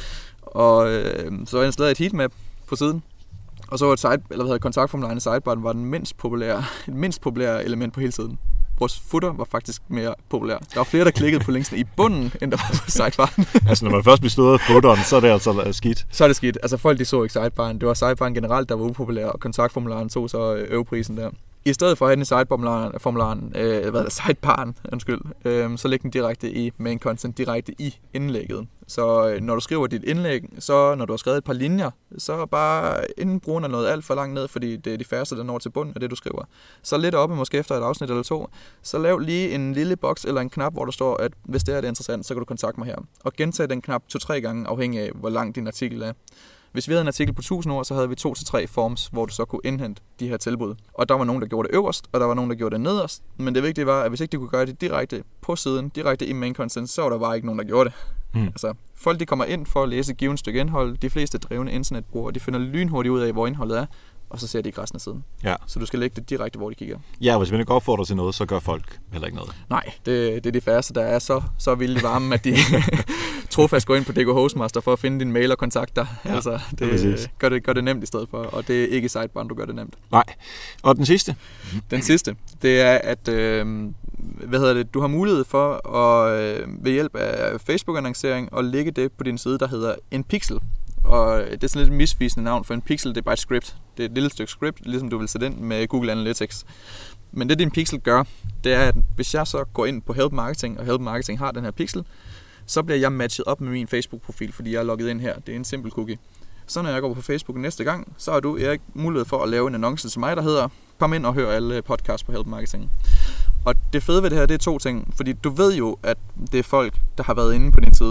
Og øh, så installerede jeg et heatmap på siden, og så var et side, eller hvad hedder kontaktformularen i sidebaren var den mindst populære, mindst populære element på hele siden. Vores footer var faktisk mere populær. Der var flere, der klikkede på linksene i bunden, end der var på sidebaren. Altså, når man først bestod footeren, så er det altså skidt. Så er det skidt. Altså, folk de så ikke sidebaren. Det var sidebaren generelt, der var upopulær, og kontaktformularen tog så øveprisen der. I stedet for at have den i sideformularen, formularen, øh, hvad er det, sidebaren, undskyld, øh, så læg den direkte i main content, direkte i indlægget. Så øh, når du skriver dit indlæg, så når du har skrevet et par linjer, så bare inden brugen er noget alt for langt ned, fordi det er de færreste, der når til bunden af det, du skriver. Så lidt oppe, måske efter et afsnit eller to, så lav lige en lille boks eller en knap, hvor der står, at hvis det er det interessant, så kan du kontakte mig her. Og gentag den knap to-tre gange, afhængig af, hvor lang din artikel er. Hvis vi havde en artikel på tusind ord, så havde vi to til tre forms, hvor du så kunne indhente de her tilbud. Og der var nogen, der gjorde det øverst, og der var nogen, der gjorde det nederst. Men det vigtige var, at hvis ikke de kunne gøre det direkte på siden, direkte i main content, så var der bare ikke nogen, der gjorde det. Mm. Altså, folk de kommer ind for at læse et givet stykke indhold. De fleste drevne internetbrugere, de finder lynhurtigt ud af, hvor indholdet er, og så ser de ikke resten af siden. Ja. Så du skal lægge det direkte, hvor de kigger. Ja, hvis man ikke opfordrer til noget, så gør folk heller ikke noget. Nej, det, det er de færreste, der er så, så vildt varme, at de trofast går ind på D K Hostmaster for at finde din mail og kontakter. Ja, altså, det, det gør, det, gør det nemt i stedet for, og det er ikke sidebaren, du gør det nemt. Nej. Og den sidste? Den sidste, det er, at øh, hvad hedder det, du har mulighed for at øh, ved hjælp af Facebook-annoncering og lægge det på din side, der hedder en pixel. Og det er sådan lidt et misvisende navn, for en pixel, det er bare et script. Det er et lille stykke script, ligesom du vil sætte ind med Google Analytics. Men det din pixel gør, det er, at hvis jeg så går ind på Help Marketing, og Help Marketing har den her pixel, så bliver jeg matchet op med min Facebook-profil, fordi jeg er logget ind her. Det er en simpel cookie. Så når jeg går på Facebook næste gang, så har du, Erik, mulighed for at lave en annonce til mig, der hedder kom ind og hør alle podcasts på Help Marketing. Og det fede ved det her, det er to ting. Fordi du ved jo, at det er folk, der har været inde på din side.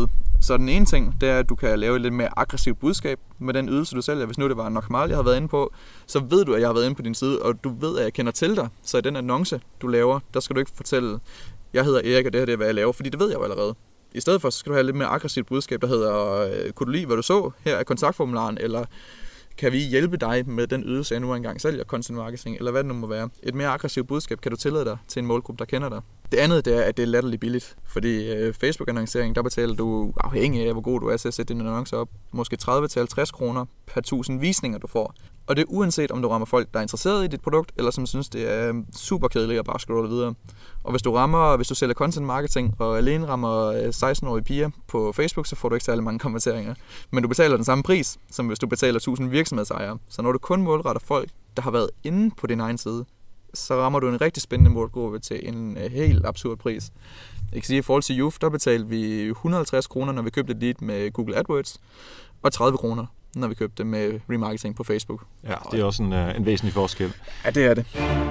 Så den ene ting, det er, at du kan lave et lidt mere aggressivt budskab med den ydelse, du sælger. Hvis nu det var nok meget, jeg har været inde på, så ved du, at jeg har været inde på din side, og du ved, at jeg kender til dig. Så i den annonce, du laver, der skal du ikke fortælle, jeg hedder Erik, og det her det er, hvad jeg laver, fordi det ved jeg jo allerede. I stedet for, så skal du have et lidt mere aggressivt budskab, der hedder, kunne du lide, hvad du så? Her er kontaktformularen, eller kan vi hjælpe dig med den ydelse, jeg nu engang sælger, content marketing, eller hvad det nu må være. Et mere aggressivt budskab kan du tillade dig til en målgruppe, der kender dig. Det andet, det er, at det er latterligt billigt, fordi øh, Facebook-annoncering, der betaler du, afhængig af, hvor god du er til at sætte dine annoncer op, måske tredive til halvtreds kroner per tusind visninger, du får. Og det er uanset, om du rammer folk, der er interesseret i dit produkt, eller som synes, det er super kedeligt at bare scrolle videre. Og hvis du rammer, hvis du sælger content marketing, og alene rammer seksten-årige piger på Facebook, så får du ikke særlig mange konverteringer. Men du betaler den samme pris, som hvis du betaler tusind virksomhedsejere. Så når du kun målretter folk, der har været inde på din egen side, så rammer du en rigtig spændende målgruppe til en helt absurd pris. Jeg kan sige, at i forhold til Youth, der betalte vi et hundrede og halvtreds kroner, når vi købte et lead med Google AdWords, og tredive kroner, når vi købte det med remarketing på Facebook. Ja, det er også en, en væsentlig forskel. Ja, det er det.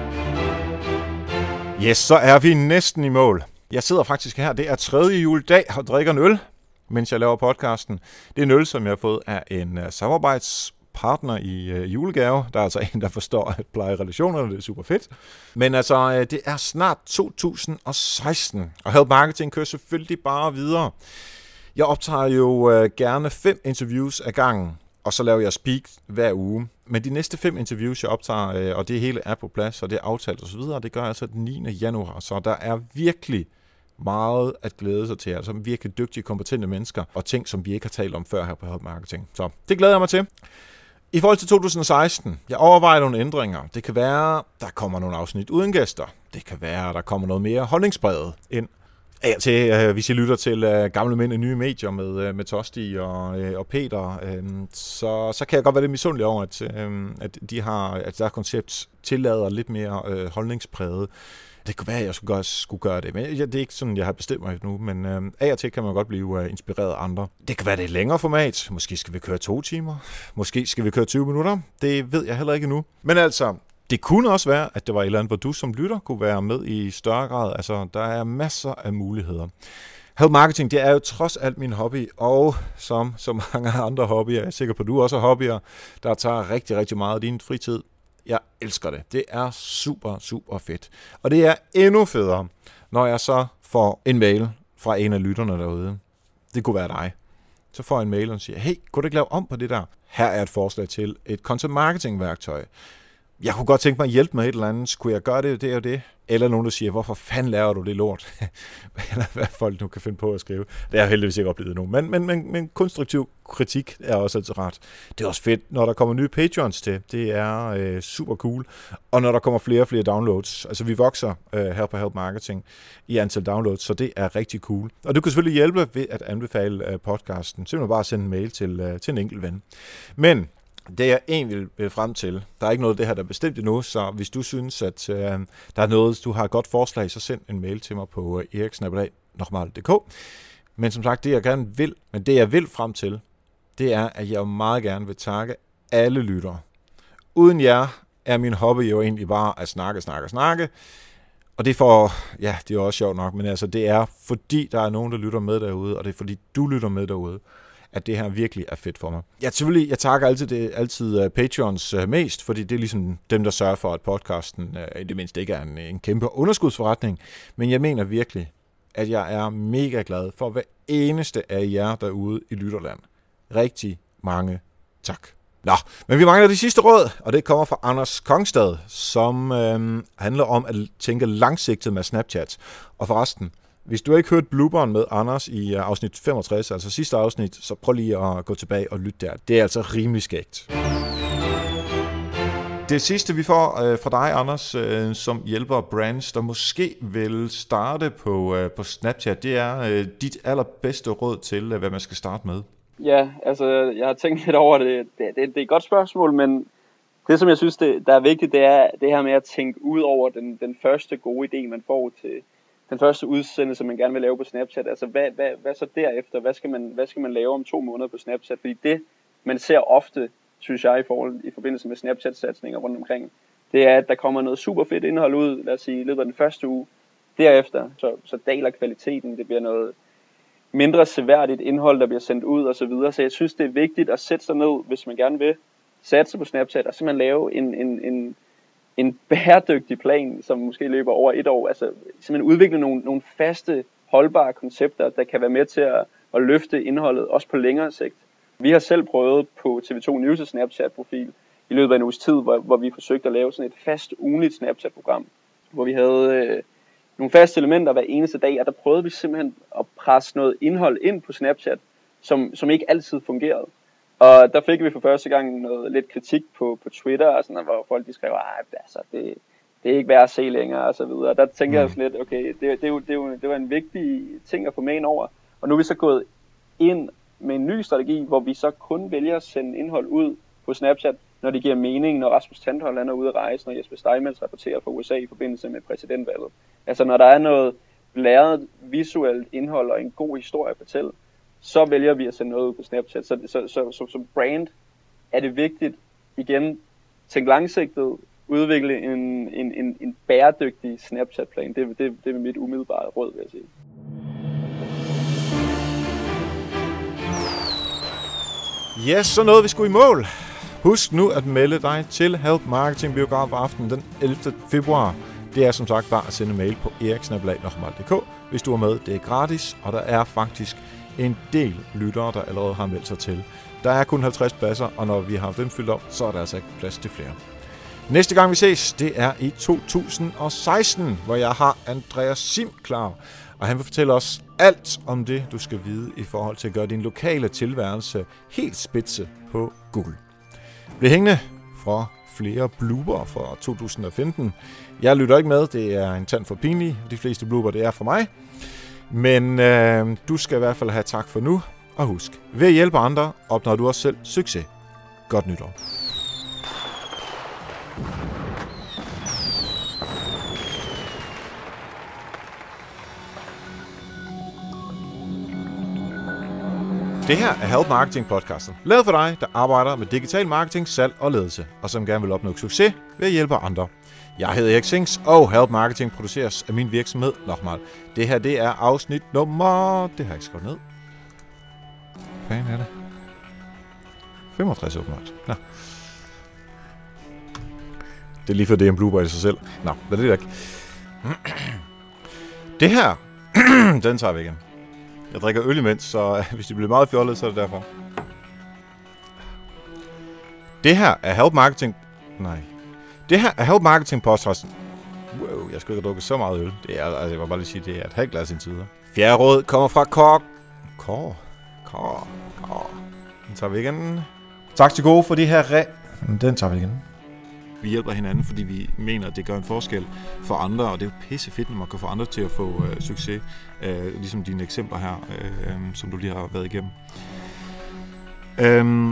Yes, så er vi næsten i mål. Jeg sidder faktisk her, det er tredje juledag og drikker en øl, mens jeg laver podcasten. Det er en øl, som jeg har fået af en uh, samarbejdspartner i uh, julegave. Der er altså en, der forstår at pleje relationerne, det er super fedt. Men altså, uh, det er snart to tusind og seksten, og Help Marketing kører selvfølgelig bare videre. Jeg optager jo uh, gerne fem interviews ad gangen, og så laver jeg speak hver uge. Men de næste fem interviews, jeg optager, og det hele er på plads, og det er aftalt osv., det gør jeg altså den niende januar. Så der er virkelig meget at glæde sig til. Altså virkelig dygtige, kompetente mennesker, og ting, som vi ikke har talt om før her på Help Marketing. Så det glæder jeg mig til. I forhold til to tusind og seksten, jeg overvejer nogle ændringer. Det kan være, der kommer nogle afsnit uden gæster. Det kan være, der kommer noget mere holdningsbredet ind. Af til, øh, hvis I lytter til øh, gamle mænd i nye medier med, øh, med Tosti og, øh, og Peter, øh, så, så kan jeg godt være lidt misundelig over, at, øh, at, de har, at deres koncept tillader lidt mere øh, holdningspræget. Det kunne være, at jeg skulle gøre, skulle gøre det, men ja, det er ikke sådan, jeg har bestemt mig nu, men øh, af og til kan man godt blive øh, inspireret af andre. Det kan være, det er et længere format. Måske skal vi køre to timer. Måske skal vi køre tyve minutter. Det ved jeg heller ikke nu. Men altså, det kunne også være, at det var et eller andet, hvor du som lytter kunne være med i større grad. Altså, der er masser af muligheder. Help Marketing, det er jo trods alt min hobby, og som så mange andre hobbyer, jeg er sikker på, at du også har hobbyer, der tager rigtig, rigtig meget af din fritid. Jeg elsker det. Det er super, super fedt. Og det er endnu federe, når jeg så får en mail fra en af lytterne derude. Det kunne være dig. Så får jeg en mail og siger, hey, kunne du ikke lave om på det der? Her er et forslag til et content marketing værktøj. Jeg kunne godt tænke mig at hjælpe med et eller andet. Kunne jeg gøre det, det og det? Eller nogen, der siger, hvorfor fanden laver du det lort? Eller hvad folk nu kan finde på at skrive. Det har jeg heldigvis ikke oplevet nu. Men, men, men, men konstruktiv kritik er også altid ret. Det er også fedt, når der kommer nye Patreons til. Det er øh, super cool. Og når der kommer flere og flere downloads. Altså vi vokser øh, her på Help Marketing i antal downloads, så det er rigtig cool. Og du kan selvfølgelig hjælpe ved at anbefale øh, podcasten. Simpelthen bare sende en mail til, øh, til en enkelt ven. Men det jeg egentlig vil frem til, der er ikke noget af det her, der er bestemt endnu, så hvis du synes, at øh, der er noget, du har et godt forslag, så send en mail til mig på øh, erik snabel-a nokmal punktum d k. Men som sagt, det jeg gerne vil, men det jeg vil frem til, det er, at jeg meget gerne vil takke alle lyttere. Uden jer er min hobby jo egentlig bare at snakke, snakke, snakke. Og det er for, ja, det er også sjovt nok, men altså det er fordi, der er nogen, der lytter med derude, og det er fordi, du lytter med derude, at det her virkelig er fedt for mig. Jeg, selvfølgelig, jeg takker altid, det, altid Patreons uh, mest, fordi det er ligesom dem, der sørger for, at podcasten uh, i det mindste ikke er en, en kæmpe underskudsforretning. Men jeg mener virkelig, at jeg er mega glad for hver eneste af jer derude i Lytterland. Rigtig mange tak. Nå, men vi mangler de sidste råd, og det kommer fra Anders Kongstad, som øh, handler om at tænke langsigtet med Snapchat. Og forresten, hvis du ikke hørt blooperen med Anders i afsnit femogtres, altså sidste afsnit, så prøv lige at gå tilbage og lytte der. Det er altså rimelig skægt. Det sidste, vi får øh, fra dig, Anders, øh, som hjælper brands, der måske vil starte på, øh, på Snapchat, det er øh, dit allerbedste råd til, øh, hvad man skal starte med. Ja, altså jeg har tænkt lidt over det. Det, det, det er et godt spørgsmål, men det, som jeg synes, det, der er vigtigt, det er det her med at tænke ud over den, den første gode idé, man får til den første udsendelse, man gerne vil lave på Snapchat. Altså, hvad, hvad, hvad så derefter? Hvad skal, man, hvad skal man lave om to måneder på Snapchat? Fordi det, man ser ofte, synes jeg, i, forhold, i forbindelse med Snapchat-satsninger rundt omkring, det er, at der kommer noget super fedt indhold ud, lad os sige, i løbet af den første uge. Derefter, så, så daler kvaliteten, det bliver noget, mindre seværdigt indhold, der bliver sendt ud og så videre. Så jeg synes, det er vigtigt at sætte sig ned, hvis man gerne vil satse på Snapchat, og simpelthen lave en, en, en, en bæredygtig plan, som måske løber over et år. Altså simpelthen udvikle nogle, nogle faste, holdbare koncepter, der kan være med til at, at løfte indholdet, også på længere sigt. Vi har selv prøvet på T V to News' Snapchat-profil i løbet af en uges tid, hvor, hvor vi forsøgte at lave sådan et fast ugenligt Snapchat-program, hvor vi havde øh, nogle faste elementer hver eneste dag, og der prøvede vi simpelthen at presse noget indhold ind på Snapchat, som, som ikke altid fungerede. Og der fik vi for første gang noget lidt kritik på, på Twitter, og sådan, hvor folk de skrev, at altså, det, det er ikke værd at se længere, og så videre. Og der tænker jeg sådan lidt, okay, det, det, det, det, det var en vigtig ting at få med ind over. Og nu er vi så gået ind med en ny strategi, hvor vi så kun vælger at sende indhold ud på Snapchat, når det giver mening, når Rasmus Tandholt er ude at rejse, når Jesper Steinmetz rapporterer fra U S A i forbindelse med præsidentvalget. Altså når der er noget læret visuelt indhold og en god historie at fortælle, så vælger vi at sende noget ud på Snapchat. Så, så, så, så som brand er det vigtigt, igen, tænke langsigtet, udvikle en, en, en, en bæredygtig Snapchat-plan. Det, det, det er mit umiddelbare råd, vil jeg sige. Yes, så nåede vi sgu i mål. Husk nu at melde dig til Help Marketing Biograf aften den ellevte februar. Det er som sagt bare at sende mail på erik snabel-a nokmal punktum d k, hvis du er med. Det er gratis, og der er faktisk en del lyttere, der allerede har meldt sig til. Der er kun halvtreds pladser, og når vi har dem fyldt op, så er der altså ikke plads til flere. Næste gang vi ses, det er i to tusind og seksten, hvor jeg har Andreas Sim klar. Og han vil fortælle os alt om det, du skal vide i forhold til at gøre din lokale tilværelse helt spidse på Google. Bliv hængende for flere blooper fra to tusind og femten. Jeg lytter ikke med, det er en tand for pinlig. De fleste blooper, det er fra mig. Men øh, du skal i hvert fald have tak for nu. Og husk, ved at hjælpe andre, opnår du også selv succes. Godt nytår. Det her er Help Marketing podcasten, lavet for dig, der arbejder med digital marketing, salg og ledelse, og som gerne vil opnå succes ved at hjælpe andre. Jeg hedder Erik Sings, og Help Marketing produceres af min virksomhed Nochmal. Det her, det er afsnit nummer... Det har jeg ikke skrevet ned. Hvad fanden er det? femogtres åbenbart. Nå. Det er lige for det en blooper i sig selv. Nå, hvad er det ikke? Det her, den tager vi igen. Jeg drikker øl imens, så hvis det bliver meget fjollet, så er det derfor. Det her er Help Marketing... Nej. Det her er Help Marketing podcasten. Wow, jeg skulle ikke have drukket så meget øl. Det er, altså jeg vil bare lige sige, det er et halvt glas indtil videre. Fjerde råd kommer fra Kåre. Kåre? Kåre? Kåre? Den tager vi igen. Tak til gode for de her re... Den tager vi igen. Vi hjælper hinanden, fordi vi mener, at det gør en forskel for andre, og det er jo pisse fedt, når man kan få andre til at få øh, succes, øh, ligesom dine eksempler her, øh, øh, som du lige har været igennem. Øhm.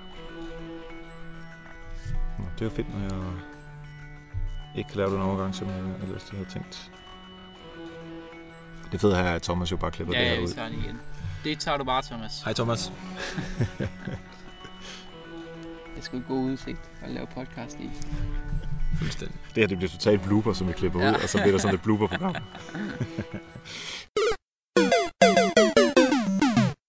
Nå, det er jo fedt, når jeg ikke kan lave den overgang, som jeg ellers havde tænkt. Det fede her er, at Thomas jo bare klipper ja, det her ja, ud. Ja, det tager igen. Det tager du bare, Thomas. Hej, Thomas. Det skulle gå udsigt at lave podcast i. Fuldstændig. Det her det bliver totalt blooper, som vi klipper ja. ud, og så bliver der sådan et blooper-program.